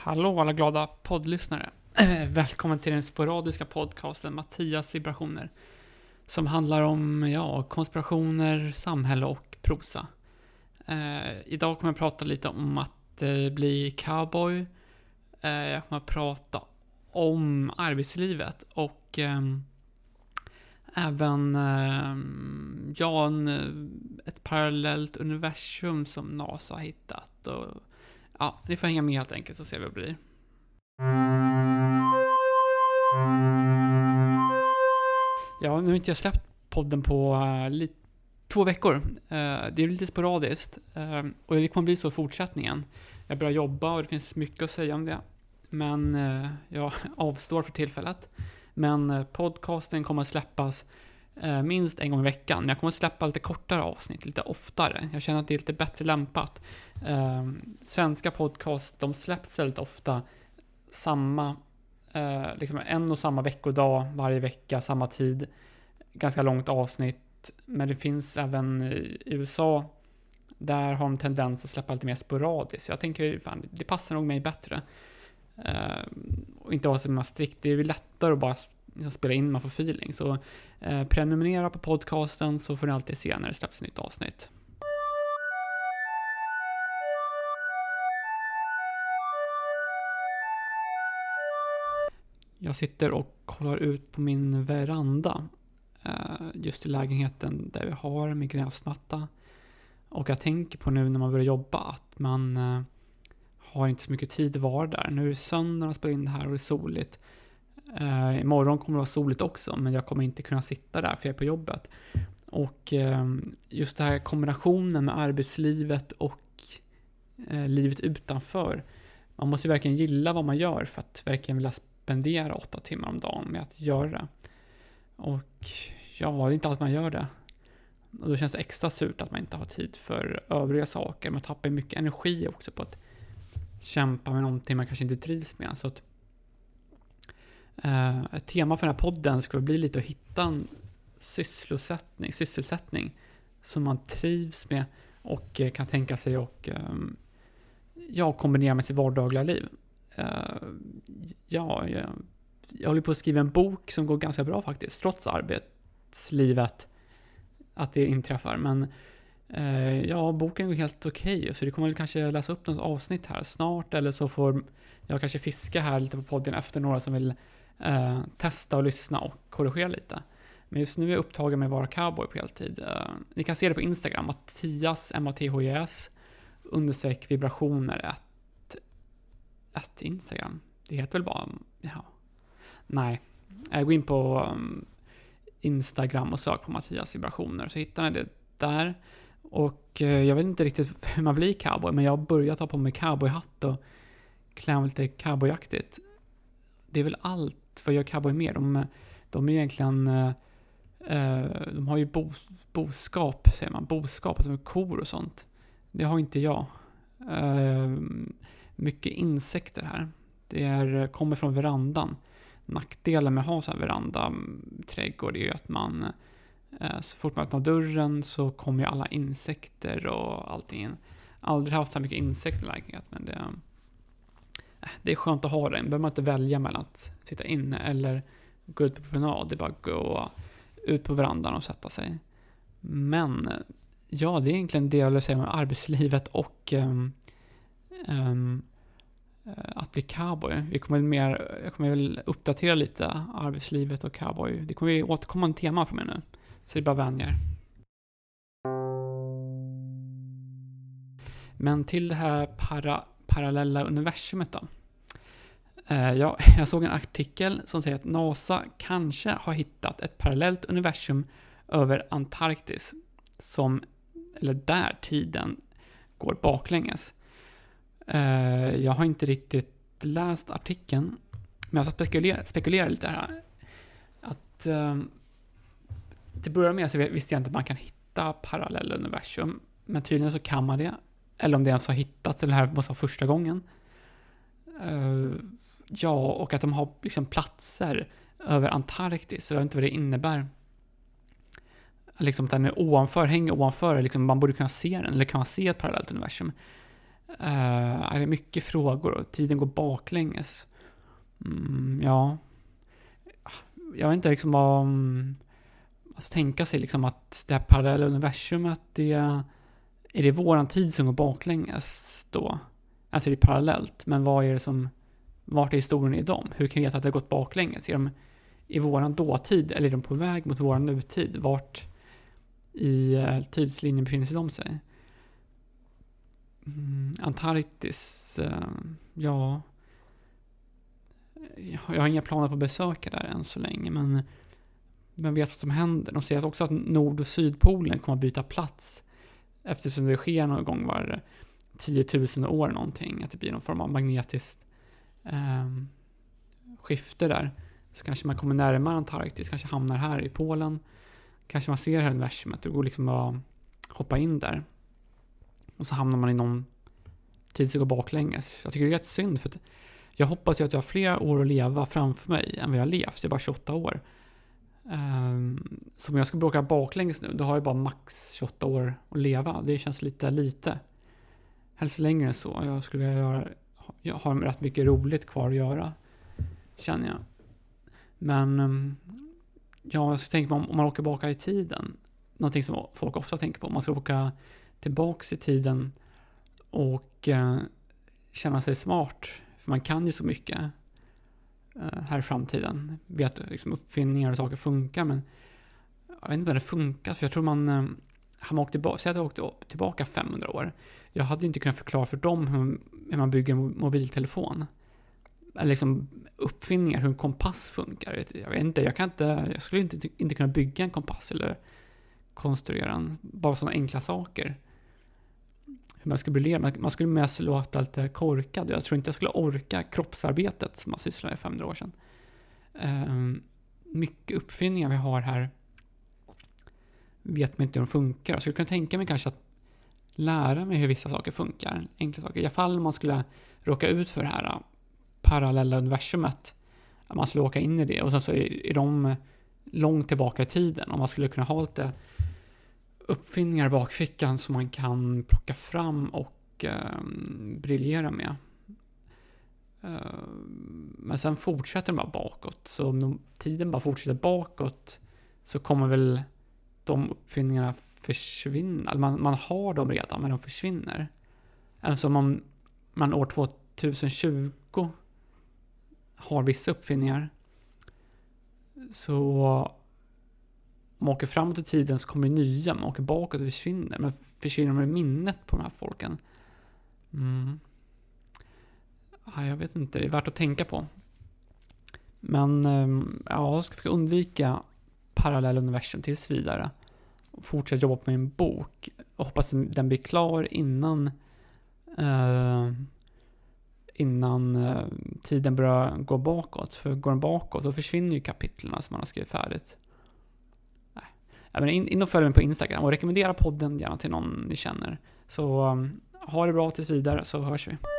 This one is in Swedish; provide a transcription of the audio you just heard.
Hallå alla glada poddlyssnare. Välkommen till den sporadiska podcasten Mattias vibrationer. Som handlar om konspirationer, samhälle och prosa. Idag kommer jag prata lite om att bli cowboy. Jag kommer att prata om arbetslivet och även ett parallellt universum som NASA har hittat. Och, ni får hänga med helt enkelt så ser vi vad det blir. Ja, nu har inte jag släppt podden på 2 veckor. Det är lite sporadiskt. Och det kommer bli så i fortsättningen. Jag börjar jobba och det finns mycket att säga om det. Men jag avstår för tillfället. Men podcasten kommer att släppas minst en gång i veckan. Men jag kommer att släppa lite kortare avsnitt, lite oftare. Jag känner att det är lite bättre lämpat. Svenska podcast, de släpps väldigt ofta en och samma veckodag, varje vecka, samma tid. Ganska långt avsnitt. Men det finns även i USA, där har de tendens att släppa lite mer sporadiskt. Så jag tänker, det passar nog mig bättre. Och inte vara så mycket strikt. Det är lättare att bara spela in, man får feeling. Så prenumerera på podcasten så får ni alltid se när det släpps ett nytt avsnitt. Jag sitter och kollar ut på min veranda. Just i lägenheten där vi har med gräsmatta. Och jag tänker på nu när man börjar jobba att man har inte så mycket tid att vara där. Nu är det söndag och spelar in det här och det är soligt. Imorgon kommer det vara soligt också, men jag kommer inte kunna sitta där för jag är på jobbet. Och just den här kombinationen med arbetslivet och livet utanför. Man måste verkligen gilla vad man gör för att verkligen vilja spendera 8 timmar om dagen med att göra det. Och det är inte allt man gör det. Och då känns det extra surt att man inte har tid för övriga saker. Man tappar mycket energi också på att kämpa med någonting man kanske inte trivs med. Så att ett tema för den här podden skulle bli lite att hitta en sysselsättning som man trivs med och kan tänka sig och kombinera med sitt vardagliga liv. Jag håller på att skriva en bok som går ganska bra faktiskt, trots arbetslivet att det inträffar. Men boken går helt okej. Så det kommer väl kanske läsa upp något avsnitt här snart, eller så får jag kanske fiska här lite på podden efter några som vill testa och lyssna och korrigera lite. Men just nu är jag upptagen med att vara cowboy på heltid. Ni kan se det på Instagram, Mattias MATHIAS _vibrationer ett Instagram. Det heter väl bara gå in på Instagram och sök på Mattias vibrationer så hittar ni det där. Och jag vet inte riktigt hur man blir cowboy, men jag har börjat ta på mig cowboyhatt och klä lite cowboyaktigt. Det är väl allt. Vad gör cowboy mer? De är egentligen de har ju boskap, säger man. Boskap, alltså med kor och sånt. Det har inte jag. Mycket insekter här. Det kommer från verandan. Nackdelen med att ha så här veranda trädgård är ju att man så fort man öppnar dörren så kommer ju alla insekter och allting in. Aldrig haft så mycket insekter i lägenhet, men det är skönt att ha det. Behöver man inte välja mellan att sitta inne eller gå ut på promenad. Det är bara att gå ut på verandan och sätta sig. Men det är egentligen det jag vill säga med arbetslivet och att bli cowboy. Jag kommer väl uppdatera lite arbetslivet och cowboy. Det kommer att återkomma en tema för mig nu. Så det är bara vänjer. Men till det här parallella universumet då. Jag såg en artikel som säger att NASA kanske har hittat ett parallellt universum över Antarktis där tiden går baklänges. Jag har inte riktigt läst artikeln, men jag ska spekulera lite här. Att till början med så visste jag inte att man kan hitta parallella universum, men tydligen så kan man det. Eller om det ens har hittats, eller det här måste vara första gången. Och att de har liksom platser över Antarktis, så jag vet inte vad det innebär. Liksom att den är hänger ovanför, liksom man borde kunna se den, eller kan man se ett parallellt universum. Är det mycket frågor och tiden går baklänges. Ja. Jag vet inte liksom vad... Alltså tänka sig liksom att det här parallella universumet, är det våran tid som går baklänges då? Alltså det är parallellt, men vad är det som... Vart är historien i dem? Hur kan vi veta att det har gått baklänges? Är de i våran dåtid eller är de på väg mot våran nutid? Vart i tidslinjen befinner sig de sig? Antarktis, ja... Jag har inga planer på att besöka där än så länge, men vem vet vad som händer. De säger också att Nord- och Sydpolen kommer att byta plats eftersom det sker någon gång var 10 000 år någonting, att det blir någon form av magnetiskt skifte där. Så kanske man kommer närmare Antarktis, kanske hamnar här i Polen, kanske man ser det här universumet och går liksom att hoppa in där. Och så hamnar man i någon tid som går baklänges. Jag tycker det är rätt synd, för att jag hoppas ju att jag har flera år att leva framför mig än vad jag har levt. Det är bara 28 år. Så om jag ska bråka baklänges nu, då har jag bara max 28 år att leva. Det känns lite. Helst längre än så. Jag har rätt mycket roligt kvar att göra, känner jag. Men jag ska tänka på om man åker baka i tiden. Någonting som folk ofta tänker på. Man ska åka tillbaks i tiden och känna sig smart. För man kan ju så mycket här i framtiden. Vet liksom uppfinningar och saker funkar, men jag vet inte om det funkar. För jag tror han åkte tillbaka, säg att jag åkte tillbaka 500 år. Jag hade inte kunnat förklara för dem hur man bygger en mobiltelefon. Eller liksom uppfinningar, hur en kompass funkar. Jag vet inte, jag skulle inte kunna bygga en kompass eller konstruera en. Bara sådana enkla saker. Hur man ska briljera. Man skulle mest låta lite korkad. Jag tror inte jag skulle orka kroppsarbetet som man sysslade med 500 år sedan. Mycket uppfinningar vi har här vet man inte hur de funkar. Jag skulle kunna tänka mig kanske att lära mig hur vissa saker funkar. Enkla saker. I alla fall om man skulle råka ut för det här parallella universumet. Att man skulle åka in i det. Och sen så är de långt tillbaka i tiden. Om man skulle kunna ha lite uppfinningar i bakfickan som man kan plocka fram och briljera med. Men sen fortsätter den bara bakåt. Så om tiden bara fortsätter bakåt så kommer väl de uppfinningarna försvinna. Man har dem redan, men de försvinner. Alltså om man år 2020 har vissa uppfinningar, så om man åker framåt i tiden så kommer det nya. Man åker bakåt och försvinner. Men försvinner med minnet på de här folken? Ja, jag vet inte. Det är värt att tänka på. Men jag ska undvika parallella universum tills vidare. Och fortsätta jobba på min bok. Och hoppas att den blir klar innan tiden börjar gå bakåt. För går den bakåt så försvinner ju kapitlerna som man har skrivit färdigt. Men in och följ mig på Instagram och rekommendera podden gärna till någon ni känner. Så ha det bra tills vidare, så hörs vi.